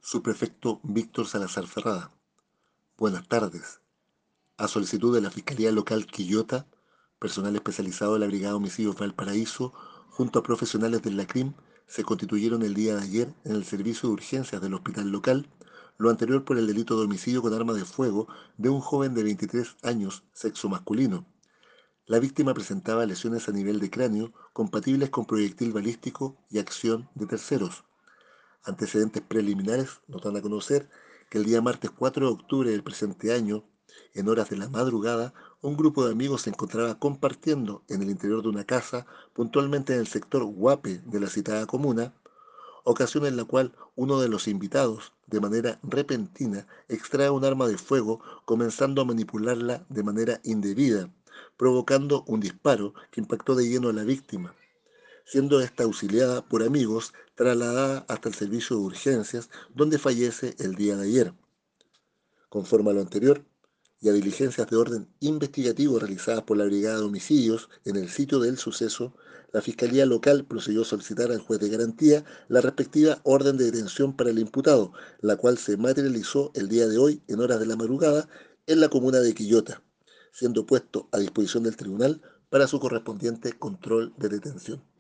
Subprefecto Víctor Salazar Ferrada. Buenas tardes. A solicitud de la Fiscalía Local Quillota, personal especializado de la Brigada de Homicidios Valparaíso, junto a profesionales del LACRIM, se constituyeron el día de ayer en el servicio de urgencias del hospital local, lo anterior por el delito de homicidio con arma de fuego de un joven de 23 años, sexo masculino. La víctima presentaba lesiones a nivel de cráneo compatibles con proyectil balístico y acción de terceros. Antecedentes preliminares nos dan a conocer que el día martes 4 de octubre del presente año, en horas de la madrugada, un grupo de amigos se encontraba compartiendo en el interior de una casa, puntualmente en el sector Guape de la citada comuna, ocasión en la cual uno de los invitados, de manera repentina, extrae un arma de fuego, comenzando a manipularla de manera indebida, provocando un disparo que impactó de lleno a la víctima, siendo esta auxiliada por amigos, trasladada hasta el servicio de urgencias, donde fallece el día de ayer. Conforme a lo anterior, y a diligencias de orden investigativo realizadas por la Brigada de Homicidios en el sitio del suceso, la Fiscalía Local procedió a solicitar al juez de garantía la respectiva orden de detención para el imputado, la cual se materializó el día de hoy en horas de la madrugada en la comuna de Quillota, siendo puesto a disposición del tribunal para su correspondiente control de detención.